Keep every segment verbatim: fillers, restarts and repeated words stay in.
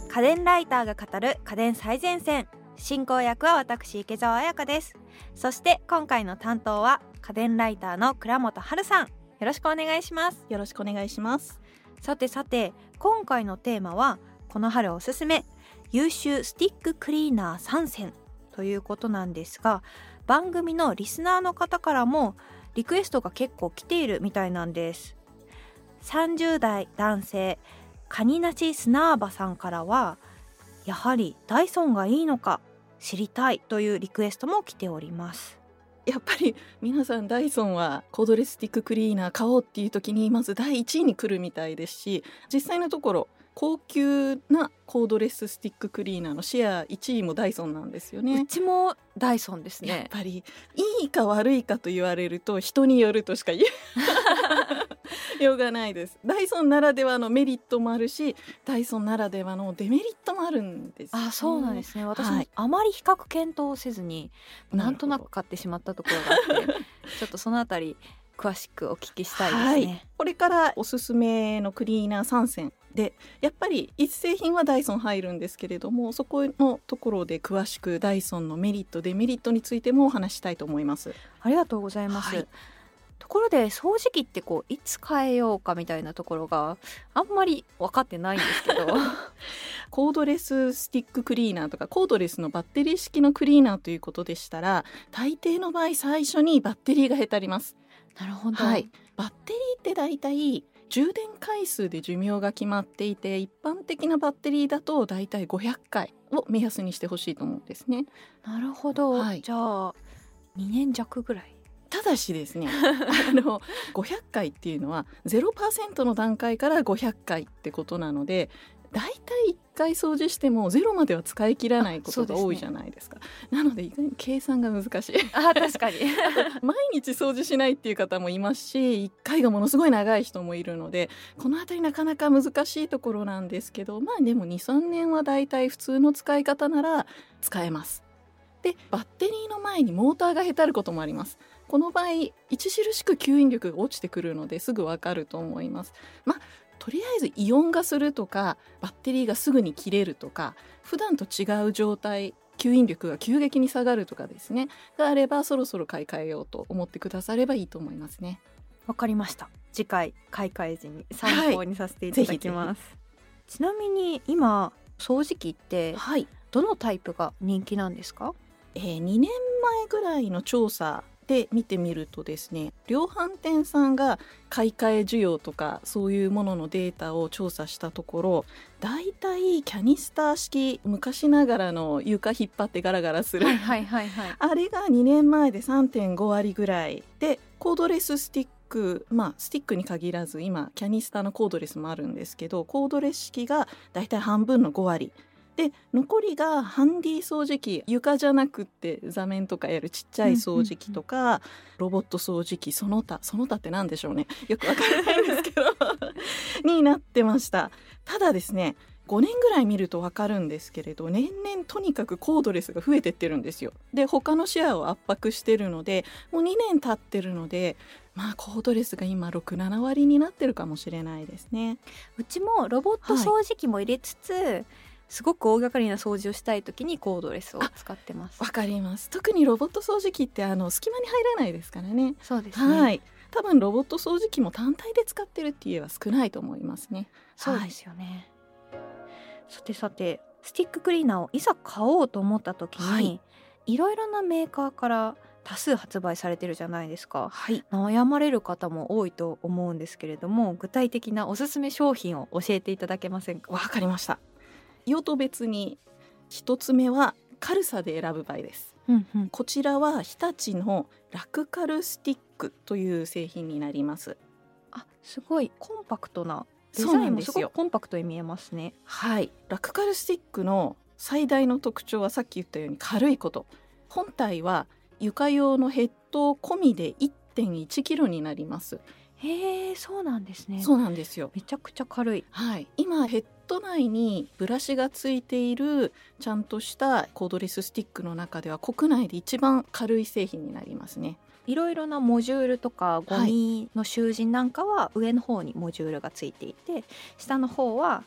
家電ライターが語る家電最前線、進行役は私池澤彩香です。そして今回の担当は家電ライターの倉本春さん、よろしくお願いします。 よろしくお願いします。 さてさて、今回のテーマはこの春おすすめ優秀スティッククリーナーさん選ということなんですが、番組のリスナーの方からもリクエストが結構来ているみたいなんです。さんじゅう代男性カニナチスナーバさんからは、やはりダイソンがいいのか知りたいというリクエストも来ております。 やっぱり皆さんダイソンはコードレススティッククリーナー買おうっていう時にまずだいいちいに来るみたいですし、実際のところ高級なコードレススティッククリーナーのシェアいちいもダイソンなんですよね。 うちもダイソンですね。 やっぱりいいか悪いかと言われると人によるとしか言えようがないです。ダイソンならではのメリットもあるし、ダイソンならではのデメリットもあるんです、ね、 あ、そうなんですね。私もはい、 あまり比較検討せずになんとなく買ってしまったところがあってちょっとそのあたり詳しくお聞きしたいですね。はい、 これからおすすめのクリーナーさん選で、やっぱり一製品はダイソン入るんですけれども、そこのところで詳しくダイソンのメリットデメリットについてもお話したいと思います。 ありがとうございます。はい、ところで掃除機ってこういつ変えようかみたいなところがあんまり分かってないんですけどコードレススティッククリーナーとかコードレスのバッテリー式のクリーナーということでしたら、大抵の場合最初にバッテリーがへたります。 なるほど、 はい、バッテリーってだいたい充電回数で寿命が決まっていて、一般的なバッテリーだとだいたいごひゃっかいを目安にしてほしいと思うんですね。 なるほど、はい、じゃあにねん弱ぐらい。 ただしですねあのごひゃっかいっていうのは ゼロパーセント の段階からごひゃっかいってことなので、だいたいいっかい掃除してもゼロまでは使い切らないことが多いじゃないですか。です、ね、なので意外に計算が難しい。 あ、確かに毎日掃除しないっていう方もいますし、いっかいがものすごい長い人もいるので、このあたりなかなか難しいところなんですけど、まあでも にさんねんはだいたい普通の使い方なら使えます。で、バッテリーの前にモーターがへたることもあります。この場合著しく吸引力が落ちてくるのですぐわかると思います。まあとりあえずイオン化するとか、バッテリーがすぐに切れるとか、普段と違う状態、吸引力が急激に下がるとかですねがあれば、そろそろ買い替えようと思ってくださればいいと思いますね。 わかりました。次回買い替え時に参考にさせていただきます。はい、ちなみに今掃除機ってどのタイプが人気なんですか？ えー、にねんまえぐらいの調査で見てみるとですね、量販店さんが買い替え需要とかそういうもののデータを調査したところ、だいたいキャニスター式、昔ながらの床引っ張ってガラガラする、はいはいはいはい、あれがにねんまえで さんてんごわりぐらいで、コードレススティック、まあスティックに限らず今キャニスターのコードレスもあるんですけど、コードレス式がだいたい半分のごわりで、残りがハンディ掃除機、床じゃなくって座面とかやるちっちゃい掃除機とか、うんうんうん、ロボット掃除機、その他その他って何でしょうね、よくわからないんですけどになってました。ただですね、ごねんぐらい見るとわかるんですけれど、年々とにかくコードレスが増えてってるんですよ。で、他のシェアを圧迫してるので、もうにねん経ってるので、まあコードレスが今ろく、ななわりになってるかもしれないですね。 うちもロボット掃除機も入れつつ、はい、すごく大掛かりな掃除をしたいときにコードレスを使ってます。 わかります。特にロボット掃除機ってあの隙間に入らないですからね。 そうですね、 はい、多分ロボット掃除機も単体で使ってるっていう家は少ないと思いますね。 そうですよね、はい、さてさて、スティッククリーナーをいざ買おうと思ったときに、はい、いろいろなメーカーから多数発売されてるじゃないですか、はい、悩まれる方も多いと思うんですけれども、具体的なおすすめ商品を教えていただけませんか？ わかりました。用途別に一つ目は軽さで選ぶ場合です、うんうん、こちらは日立のラクカルスティックという製品になります。 あ、すごいコンパクトなデザインもすごくコンパクトに見えますね。 はい、ラクカルスティックの最大の特徴はさっき言ったように軽いこと。本体は床用のヘッド込みで いってんいちキロになります。 へー、そうなんですね。 そうなんですよ。 めちゃくちゃ軽い、 はい、今ヘッド内にブラシがついているちゃんとしたコードレススティックの中では国内で一番軽い製品になりますね。 いろいろなモジュールとかゴミの集塵なんかは上の方にモジュールがついていて、はい、下の方は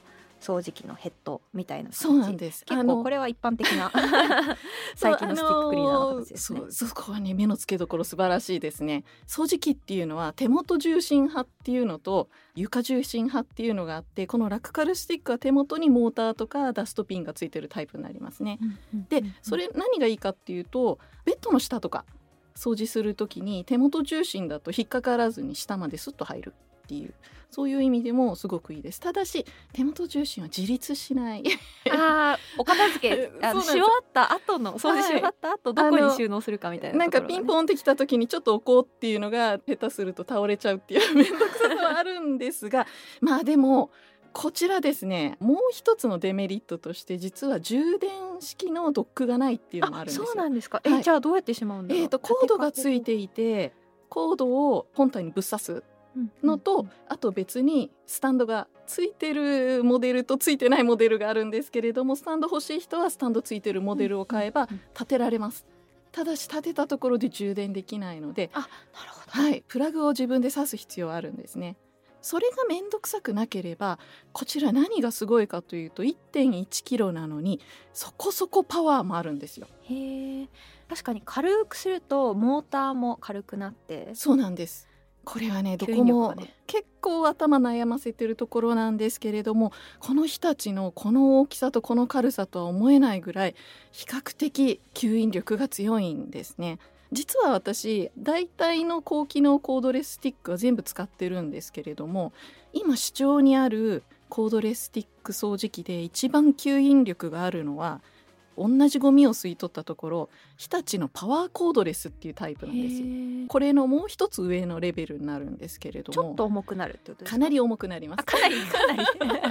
掃除機のヘッドみたいな感じ。 そうなんです。 結構これは一般的な最近のスティッククリーナーの形ですね。 そう、そこはね目の付けどころ素晴らしいですね。掃除機っていうのは手元重心派っていうのと床重心派っていうのがあって、このラクカルスティックは手元にモーターとかダストピンがついてるタイプになりますね。 うんうんでうんうんそれ何がいいかっていうと、ベッドの下とか掃除するときに手元重心だと引っかからずに下までスッと入るっていう、そういう意味でもすごくいいです。ただし手元重心は自立しないあーお片付けあのし終わった後の掃除し終わった後、どこに収納するかみたいななんところがね、 かピンポンってきた時にちょっと置こうっていうのが下手すると倒れちゃうっていう面倒くささはあるんですがまあでもこちらですね、もう一つのデメリットとして実は充電式のドックがないっていうのもあるんですよ。 そうなんですか。 はいえじゃあどうやってしまうんだろう。 えーとコードがついていて、コードを本体にぶっ刺すのと、 うんうんうんあと別にスタンドがついてるモデルとついてないモデルがあるんですけれども、スタンド欲しい人はスタンドついてるモデルを買えばうんうん立てられます。ただし立てたところで充電できないので、 あなるほど、 はい、プラグを自分で挿す必要あるんですね。それがめんどくさくなければ、こちら何がすごいかというと いってんいちキロなのにそこそこパワーもあるんですよ。 へえ、確かに軽くするとモーターも軽くなって、 そうなんです。これはねど吸こも引力がね結構頭悩ませてるところなんですけれども、この日立のこの大きさとこの軽さとは思えないぐらい比較的吸引力が強いんですね。実は私大体の高機能コードレススティックは全部使ってるんですけれども、今市場にあるコードレススティック掃除機で一番吸引力があるのは、同じゴミを吸い取ったところ日立のパワーコードレスっていうタイプなんですよ。 へーこれのもう一つ上のレベルになるんですけれども、 ちょっと重くなるってことですか。 かなり重くなります。 あかなりかなり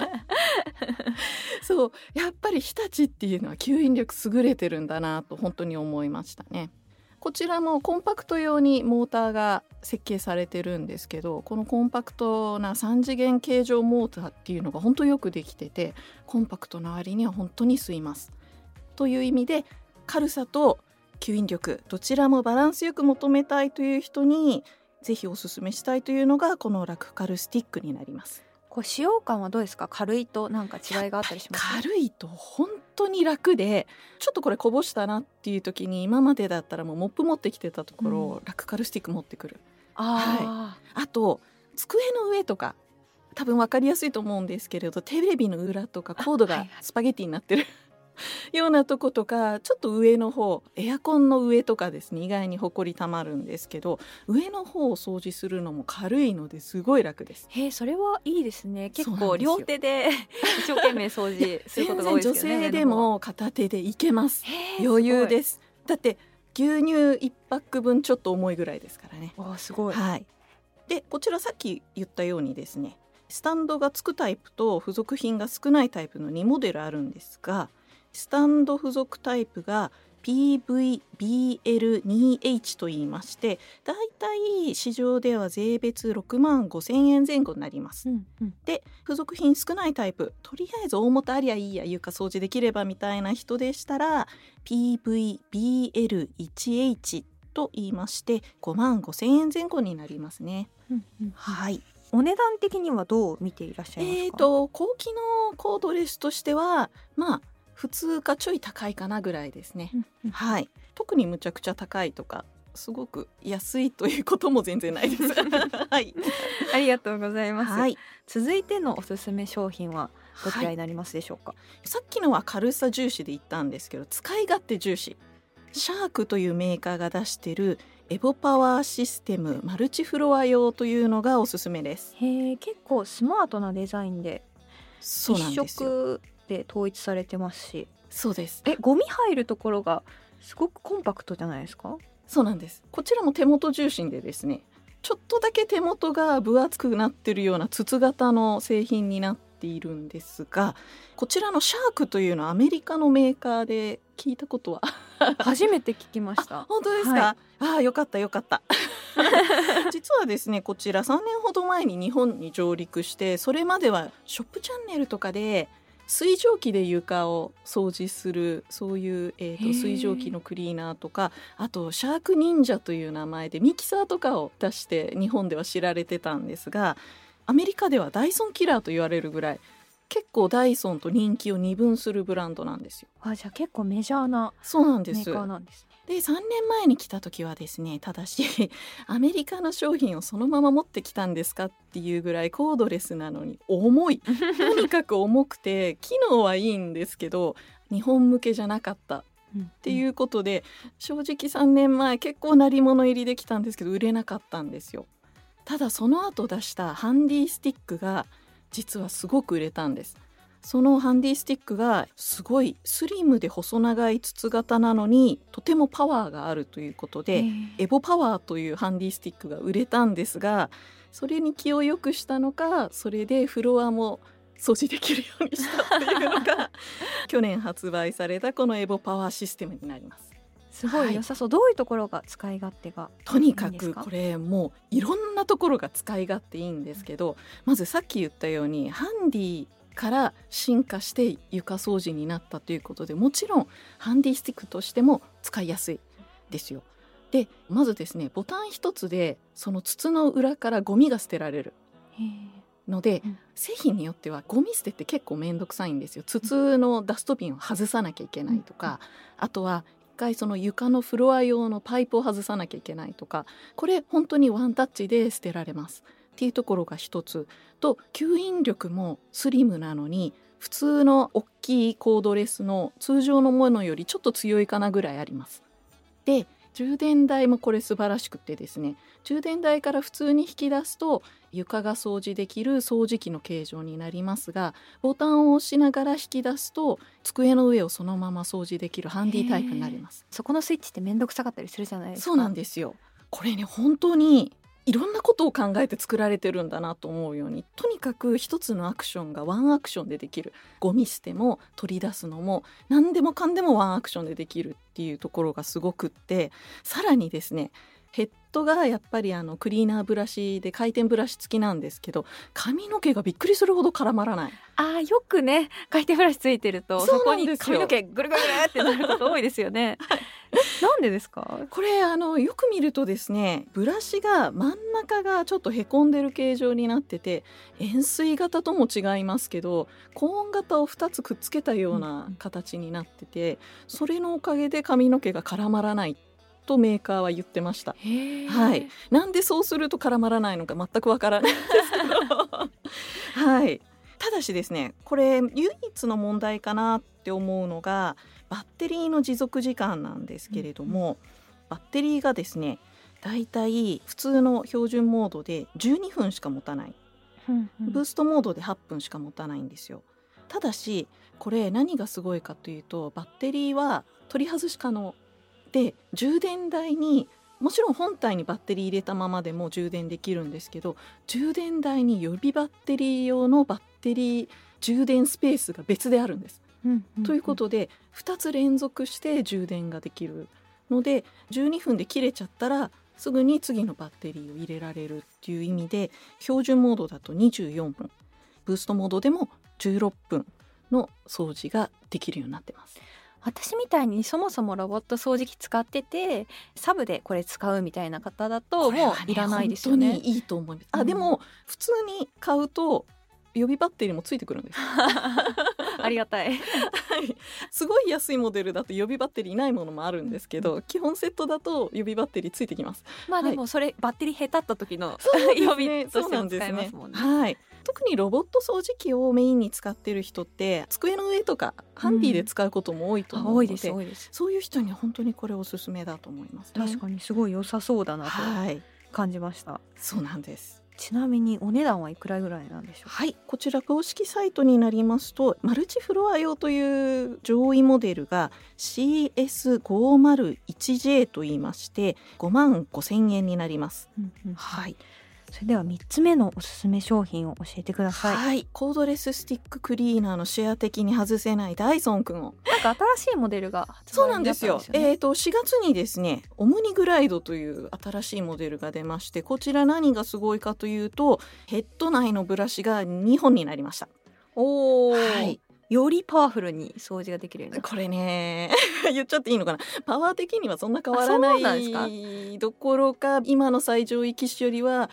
そうやっぱり日立っていうのは吸引力優れてるんだなと本当に思いましたね。こちらもコンパクト用にモーターが設計されてるんですけど、このコンパクトなさん次元形状モーターっていうのが本当よくできてて、コンパクトな割には本当に吸いますという意味で、軽さと吸引力どちらもバランスよく求めたいという人にぜひおすすめしたいというのがこのラクカルスティックになります。 こう使用感はどうですか。軽いとなんか違いがあったりしますか。 軽いと本当に楽で、ちょっとこれこぼしたなっていう時に今までだったらもうモップ持ってきてたところを、 うんラクカルスティック持ってくる。 ああと机の上とか多分分かりやすいと思うんですけれど、テレビの裏とかコードがはいはいスパゲティになってるようなとことか、ちょっと上の方エアコンの上とかですね、意外にほこりたまるんですけど、上の方を掃除するのも軽いのですごい楽です。 ーへーそれはいいですね。結そうなんですよ構両手で一生懸命掃除することが多いですけどね。 全然女性でも片手でいけます。 上の方余裕すです。だって牛乳いちパック分ちょっと重いぐらいですからね。 ごい。あーすごい。 はい。でこちらさっき言ったようにですね、スタンドがつくタイプと付属品が少ないタイプのにモデルあるんですが、スタンド付属タイプが ピーブイビーエルツーエイチ と言いまして、だいたい市場では税別ろくまんごせんえん前後になります。 うんうん、 で付属品少ないタイプ、とりあえず大元ありゃいいや、床掃除できればみたいな人でしたら ピーブイビーエルワンエイチ と言いましてごまんごせんえん前後になりますね。 うんうん、 はい。 お値段的にはどう見ていらっしゃいますか。 えーと高機能コードレスとしてはまあ普通かちょい高いかなぐらいですね。 うんうん、 はい。特にむちゃくちゃ高いとかすごく安いということも全然ないですはい、 ありがとうございます、 はい、 続いてのおすすめ商品はどちらになりますでしょうか。 はい、さっきのは軽さ重視で言ったんですけど、使い勝手重視、シャークというメーカーが出しているエボパワーシステムマルチフロア用というのがおすすめです。 へー結構スマートなデザインでそうなん一ですよ。 色で統一されてますし、 そうです。 えゴミ入るところがすごくコンパクトじゃないですか。 そうなんです。こちらも手元重心でですね、ちょっとだけ手元が分厚くなってるような筒型の製品になっているんですが、こちらのシャークというのはアメリカのメーカーで聞いたことは初めて聞きました本当ですか、はい、ああよかったよかった実はですね、こちらさんねんほど前に日本に上陸して、それまではショップチャンネルとかで水蒸気で床を掃除するそういう、えー、と水蒸気のクリーナーとか、あとシャーク忍者という名前でミキサーとかを出して日本では知られてたんですが、アメリカではダイソンキラーと言われるぐらい結構ダイソンと人気を二分するブランドなんですよ。 あ、じゃあ結構メジャーなそうなんです。 メーカーなんですね。 でさんねんまえに来た時はですね、ただしアメリカの商品をそのまま持ってきたんですかっていうぐらいコードレスなのに重いとにかく重くて機能はいいんですけど日本向けじゃなかったっていうことで、正直さんねんまえ結構鳴り物入りできたんですけど売れなかったんですよ。ただその後出したハンディスティックが実はすごく売れたんです。そのハンディスティックがすごいスリムで細長い筒型なのにとてもパワーがあるということでエボパワーというハンディスティックが売れたんですが、それに気を良くしたのかそれでフロアも掃除できるようにしたっていうのが去年発売されたこのエボパワーシステムになります。 すごい良さそう、はい、どういうところが使い勝手がいいんですか？ とにかくこれもういろんなところが使い勝手いいんですけど、まずさっき言ったようにハンディから進化して床掃除になったということで、もちろんハンディスティックとしても使いやすいですよ。でまずですね、ボタン一つでその筒の裏からゴミが捨てられるので、うん、製品によってはゴミ捨てって結構めんどくさいんですよ。筒のダストビンを外さなきゃいけないとか、うん、あとは一回その床のフロア用のパイプを外さなきゃいけないとか、これ本当にワンタッチで捨てられますっていうところが一つと、吸引力もスリムなのに普通の大きいコードレスの通常のものよりちょっと強いかなぐらいあります。で充電台もこれ素晴らしくてですね、充電台から普通に引き出すと床が掃除できる掃除機の形状になりますが、ボタンを押しながら引き出すと机の上をそのまま掃除できるハンディタイプになります。 そこのスイッチってめんどくさかったりするじゃないですか。 そうなんですよ。これね本当にいろんなことを考えて作られてるんだなと思うように、とにかく一つのアクションがワンアクションでできる。ゴミ捨ても取り出すのも何でもかんでもワンアクションでできるっていうところがすごくって、さらにですねヘッドがやっぱりあのクリーナーブラシで回転ブラシ付きなんですけど、髪の毛がびっくりするほど絡まらない。 あーよくね回転ブラシついてると そ, そこに髪の毛ぐるぐるってなること多いですよねなんでですか？ これあのよく見るとですね、ブラシが真ん中がちょっとへこんでる形状になってて、円錐型とも違いますけどコーン型をふたつくっつけたような形になってて、それのおかげで髪の毛が絡まらないとメーカーは言ってました。はい、なんでそうすると絡まらないのか全くわからないんですけどはい、ただしですね、これ唯一の問題かなって思うのがバッテリーの持続時間なんですけれども、うん、バッテリーがですねだいたい普通の標準モードでじゅうにふんしか持たない、うんうん、ブーストモードではっぷんしか持たないんですよ。ただしこれ何がすごいかというと、バッテリーは取り外し可能で、充電台にもちろん本体にバッテリー入れたままでも充電できるんですけど、充電台に予備バッテリー用のバッテリー充電スペースが別であるんです、うんうんうん、ということでふたつ連続して充電ができるのでじゅうにふんで切れちゃったらすぐに次のバッテリーを入れられるっていう意味で、標準モードだとにじゅうよんぷん、ブーストモードでもじゅうろっぷんの掃除ができるようになってます。 私みたいにそもそもロボット掃除機使っててサブでこれ使うみたいな方だともういらないですよね。 本当にいいと思います。あ、うん、でも普通に買うと予備バッテリーもついてくるんですありがたい、はい、 すごい安いモデルだと予備バッテリーないものもあるんですけど、うん、基本セットだと予備バッテリーついてきます。 まあでもそれ、はい、バッテリーへたった時の、 ね、 予備としても使えますもんね。 はい、特にロボット掃除機をメインに使ってる人って机の上とかハンディで使うことも多いと思うので、うん、多いです多いです。そういう人には本当にこれおすすめだと思います、ね、 確かにすごい良さそうだなと感じました、はい、 そうなんです。 ちなみにお値段はいくらぐらいなんでしょうか？ はい、こちら公式サイトになりますとマルチフロア用という上位モデルが シーエスごーまるいちジェー と言いましてごまんごせんえんになります、うんうん、はい。 それではみっつめのおすすめ商品を教えてください。 はい、コードレススティッククリーナーのシェア的に外せないダイソンくんを、 なんか新しいモデルが発売になったんですよね。 そうなんですよ。えーと、しがつにですねオムニグライドという新しいモデルが出まして、こちら何がすごいかというとヘッド内のブラシがにほんになりました。 おー、はい、よりパワフルに掃除ができるようになった。 これね言っちゃっていいのかな、パワー的にはそんな変わらないどころか今の最上位機種よりは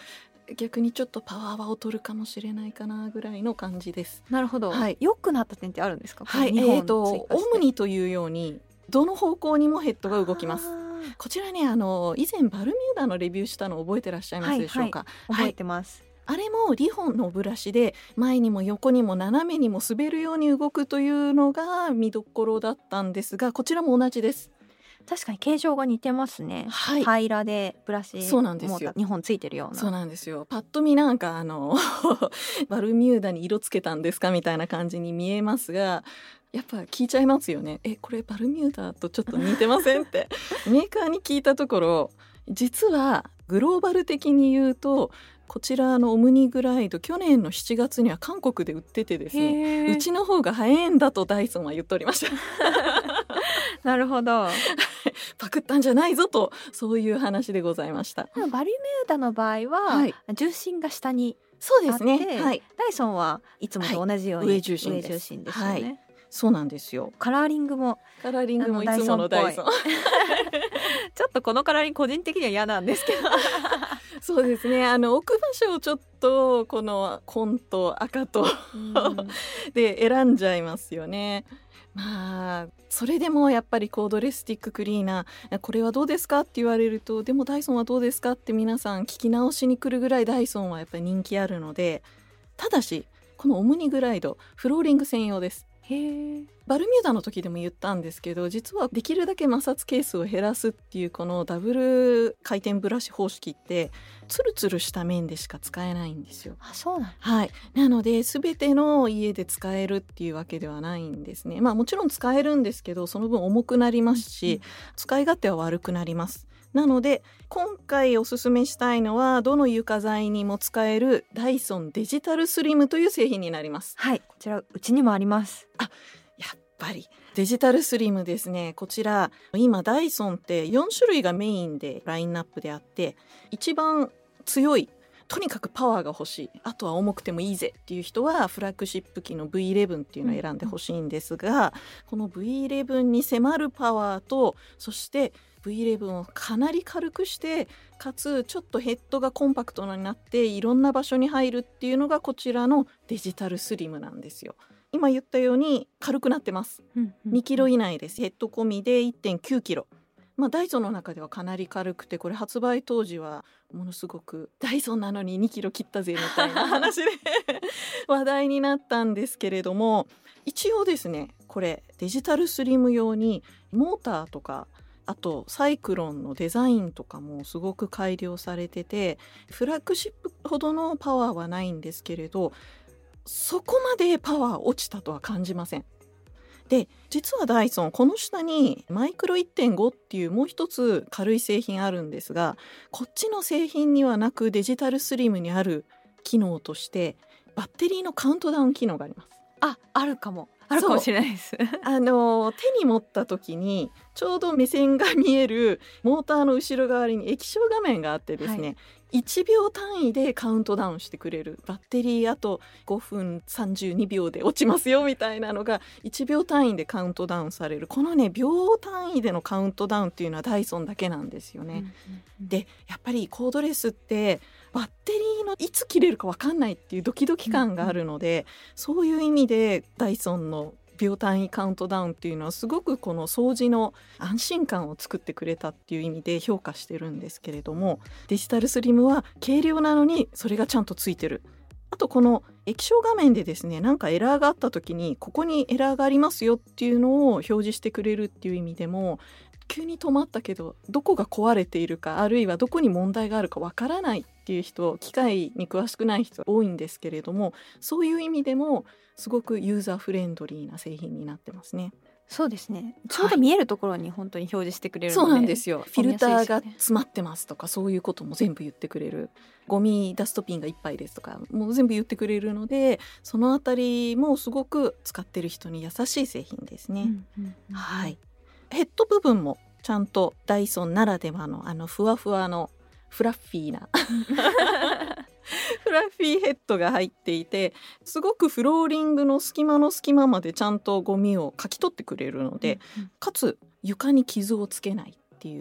逆にちょっとパワーは劣るかもしれないかなぐらいの感じです。 なるほど、 はい、 良くなった点ってあるんですか？ はい、えーとオムニというようにどの方向にもヘッドが動きます。こちらね、あの以前バルミューダのレビューしたの覚えてらっしゃいますでしょうか？ はいはい、覚えてます、 はい、あれもにほんのブラシで前にも横にも斜めにも滑るように動くというのが見どころだったんですが、こちらも同じです。 確かに形状が似てますね、はい、平らでブラシそうなんですよ、 にほんついてるような。 そうなんですよ。パッと見なんかあのバルミューダに色つけたんですかみたいな感じに見えますが、やっぱ聞いちゃいますよね。えこれバルミューダとちょっと似てませんってメーカーに聞いたところ、実はグローバル的に言うとこちらのオムニグライド去年のしちがつには韓国で売っててですね、うちの方が早いんだとダイソンは言っておりましたなるほどパクったんじゃないぞと、そういう話でございました。 バルミューダの場合は、はい、重心が下にそうですね、はい、 ダイソンはいつもと同じように、はい、 上重心です。 上重心ですよね、はい、 そうなんですよ。 カラーリングもカラーリングもいつものダイソンちょっとこのカラーリング個人的には嫌なんですけどそうですね、あの置く場所をちょっとこの紺と赤とで選んじゃいますよね。まあそれでもやっぱりコードレススティッククリーナーこれはどうですかって言われると、でもダイソンはどうですかって皆さん聞き直しに来るぐらいダイソンはやっぱり人気あるので、ただしこのオムニグライドフローリング専用です。へー、バルミューダの時でも言ったんですけど、実はできるだけ摩擦係数を減らすっていうこのダブル回転ブラシ方式ってツルツルした面でしか使えないんですよ。 あ、そうなん、 はい、なので全ての家で使えるっていうわけではないんですね。まあもちろん使えるんですけど、その分重くなりますし、うん、使い勝手は悪くなります。なので今回おすすめしたいのはどの床材にも使えるダイソンデジタルスリムという製品になります。 はい、こちらうちにもあります。 あ、やっぱりデジタルスリムですね。こちら今ダイソンってよんしゅるいがメインでラインナップであって、一番強いとにかくパワーが欲しい、あとは重くてもいいぜっていう人はフラッグシップ機の ブイイレブン っていうのを選んでほしいんですが、うんうん、この ブイイレブン に迫るパワーと、そして ブイイレブン をかなり軽くして、かつちょっとヘッドがコンパクトになっていろんな場所に入るっていうのがこちらのデジタルスリムなんですよ。今言ったように軽くなってます、うんうんうん、にキロ以内です。ヘッド込みで いってんきゅうキロ、まあ、ダイソンの中ではかなり軽くて、これ発売当時はものすごくダイソンなのににキロ切ったぜみたいな話で話題になったんですけれども、一応ですねこれデジタルスリム用にモーターとか、あとサイクロンのデザインとかもすごく改良されてて、フラッグシップほどのパワーはないんですけれど、そこまでパワー落ちたとは感じません。で実はダイソンこの下にマイクロ いってんご っていうもう一つ軽い製品あるんですが、こっちの製品にはなくデジタルスリムにある機能としてバッテリーのカウントダウン機能があります。 あ、あるかもあるかもしれないですあの手に持った時にちょうど目線が見えるモーターの後ろ側に液晶画面があってですね、はい、いちびょう単位でカウントダウンしてくれる、バッテリーあとごふんさんじゅうにびょうで落ちますよみたいなのがいちびょう単位でカウントダウンされる、このね秒単位でのカウントダウンっていうのはダイソンだけなんですよね、うんうんうん、でやっぱりコードレスってバッテリーのいつ切れるか分かんないっていうドキドキ感があるので、うんうん、そういう意味でダイソンの秒単位カウントダウンっていうのはすごくこの掃除の安心感を作ってくれたっていう意味で評価してるんですけれども、デジタルスリムは軽量なのにそれがちゃんとついてる。あとこの液晶画面でですね、なんかエラーがあった時にここにエラーがありますよっていうのを表示してくれるっていう意味でも、急に止まったけどどこが壊れているか、あるいはどこに問題があるかわからないっていう人、機械に詳しくない人多いんですけれども、そういう意味でもすごくユーザーフレンドリーな製品になってますね。 そうですね、ちょうど見えるところに本当に表示してくれるので、 そうなんですよ。フィルターが詰まってますとかそういうことも全部言ってくれる、ゴミダストピンがいっぱいですとかもう全部言ってくれるので、そのあたりもすごく使ってる人に優しい製品ですね、うんうんうん、はい。ヘッド部分もちゃんとダイソンならではのあのふわふわのフラッフィーなフラッフィーヘッドが入っていて、すごくフローリングの隙間の隙間までちゃんとゴミをかき取ってくれるので、うんうん、かつ床に傷をつけないっていう、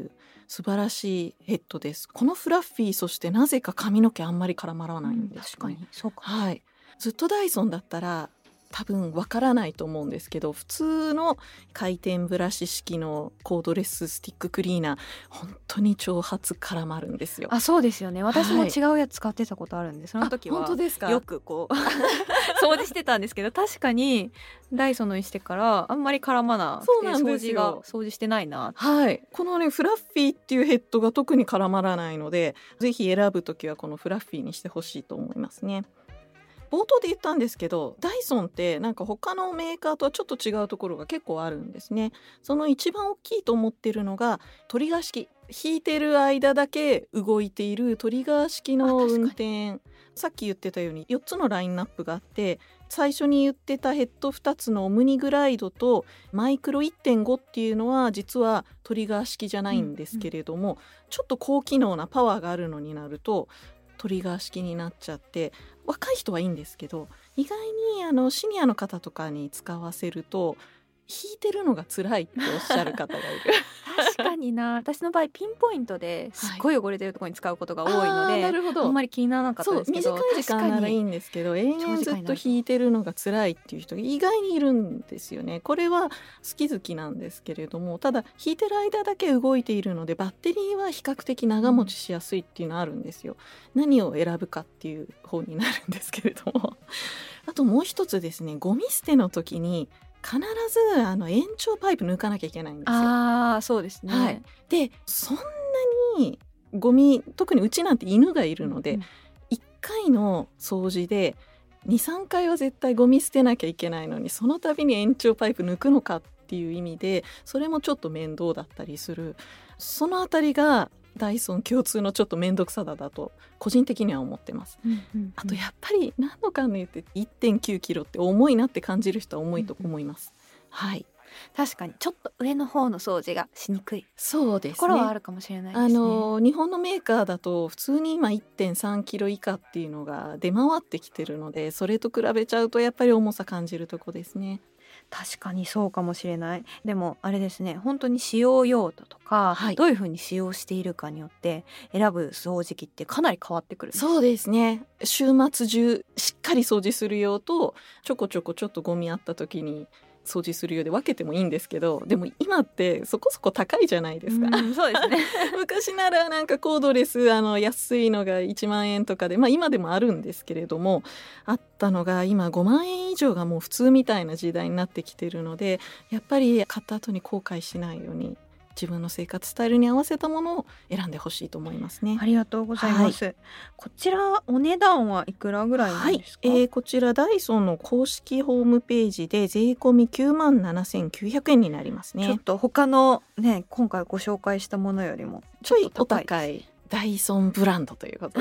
素晴らしいヘッドです。このフラッフィー、そしてなぜか髪の毛あんまり絡まらないんです、ね、 確かにそうか、 はい、ずっとダイソンだったら多分わからないと思うんですけど、普通の回転ブラシ式のコードレススティッククリーナー、本当に長髪絡まるんですよ。 あ、そうですよね。私も違うやつ使ってたことあるんで、はい、その時は本当ですか？ よくこう掃除してたんですけど、確かにダイソンのにしてからあんまり絡まなくて、 そうなんですよ。 掃除が掃除してないな。 はい、このねフラッフィーっていうヘッドが特に絡まらないので、ぜひ選ぶときはこのフラッフィーにしてほしいと思いますね。冒頭で言ったんですけど、ダイソンってなんか他のメーカーとはちょっと違うところが結構あるんですね。その一番大きいと思ってるのがトリガー式、引いてる間だけ動いているトリガー式の運転。さっき言ってたようによっつのラインナップがあって、最初に言ってたヘッドふたつのオムニグライドとマイクロ いってんご っていうのは実はトリガー式じゃないんですけれども、うんうん、ちょっと高機能なパワーがあるのになるとトリガー式になっちゃって、若い人はいいんですけど、意外にあのシニアの方とかに使わせると引いてるのが辛いっておっしゃる方がいる確かにな、私の場合ピンポイントですっごい汚れてるところに使うことが多いので、はい、あ、なるほど、あんまり気にならなかったですけど、 そう短い時間ならいいんですけど、延々ずっと引いてるのが辛いっていう人が意外にいるんですよね。これは好き好きなんですけれども、ただ引いてる間だけ動いているのでバッテリーは比較的長持ちしやすいっていうのはあるんですよ。何を選ぶかっていう方になるんですけれどもあともう一つですね、ゴミ捨ての時に必ずあの延長パイプ抜かなきゃいけないんですよ。 あー、そうですね、 はい、でそんなにゴミ、特にうちなんて犬がいるので、うん、いっかいの掃除で にさんかいは絶対ゴミ捨てなきゃいけないのに、その度に延長パイプ抜くのかっていう意味で、それもちょっと面倒だったりする。そのあたりがダイソン共通のちょっと面倒くさだだと個人的には思ってます、うんうんうん、あとやっぱり何度かね言って いってんきゅうキロって重いなって感じる人は重いと思います、うんうん、はい、 確かにちょっと上の方の掃除がしにくい、 そうですね、 ところはあるかもしれないですね。 あの日本のメーカーだと普通に今 いってんさんキロ以下っていうのが出回ってきてるので、それと比べちゃうとやっぱり重さ感じるとこですね。 確かにそうかもしれない。でもあれですね、本当に使用用途とか、はい、どういうふうに使用しているかによって選ぶ掃除機ってかなり変わってくるんです。 そうですね、週末中しっかり掃除する用とちょこちょこちょっとゴミあった時に掃除するようで分けてもいいんですけど、でも今ってそこそこ高いじゃないですか。 うん、そうですね昔ならなんかコードレスあの安いのがいちまんえんとかで、まあ今でもあるんですけれども、あったのが今ごまんえん以上がもう普通みたいな時代になってきてるので、やっぱり買った後に後悔しないように自分の生活スタイルに合わせたものを選んでほしいと思いますね。 ありがとうございます、はい、こちらお値段はいくらぐらいなんですか？ はい、えー、こちらダイソンの公式ホームページで税込みきゅうまんななせんきゅうひゃくえんになりますね。 ちょっと他のね、今回ご紹介したものよりもちょっと高い、お高いダイソンブランドということで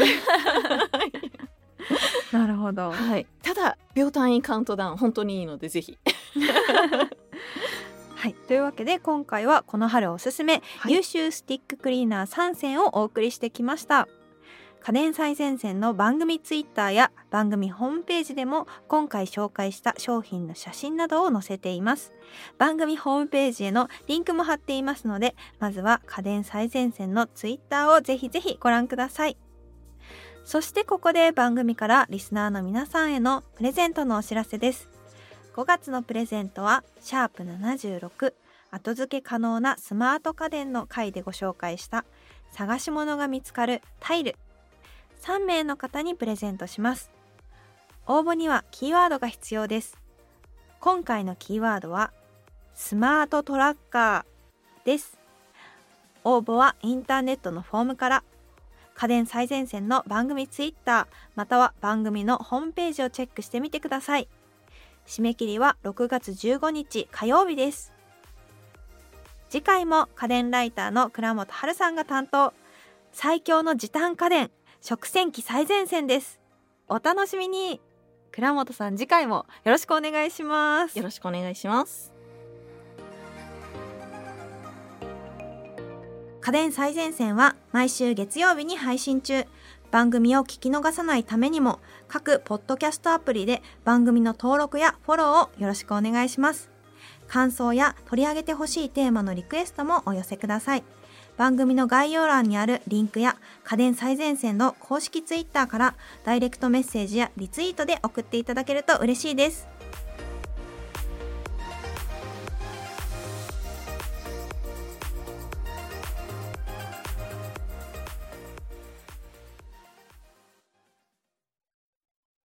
なるほど、 はい、ただ秒単位カウントダウン本当にいいのでぜひはい、というわけで今回はこの春おすすめ、はい、優秀スティッククリーナーさんせんをお送りしてきました。家電最前線の番組ツイッターや番組ホームページでも今回紹介した商品の写真などを載せています。番組ホームページへのリンクも貼っていますので、まずは家電最前線のツイッターをぜひぜひご覧ください。そしてここで番組からリスナーの皆さんへのプレゼントのお知らせです。ごがつのプレゼントはシャープななじゅうろく後付け可能なスマート家電の回でご紹介した探し物が見つかるタイルさんめいの方にプレゼントします。応募にはキーワードが必要です。今回のキーワードはスマートトラッカーです。応募はインターネットのフォームから、家電最前線の番組ツイッターまたは番組のホームページをチェックしてみてください。締め切りはろくがつじゅうごにち火曜日です。次回も家電ライターの倉本春さんが担当、最強の時短家電食洗機最前線です。お楽しみに。倉本さん、次回もよろしくお願いします。 よろしくお願いします。 家電最前線は毎週月曜日に配信中。番組を聞き逃さないためにも各ポッドキャストアプリで番組の登録やフォローをよろしくお願いします。感想や取り上げてほしいテーマのリクエストもお寄せください。 番組の概要欄にあるリンクや家電最前線の公式ツイッターからダイレクトメッセージやリツイートで送っていただけると嬉しいです。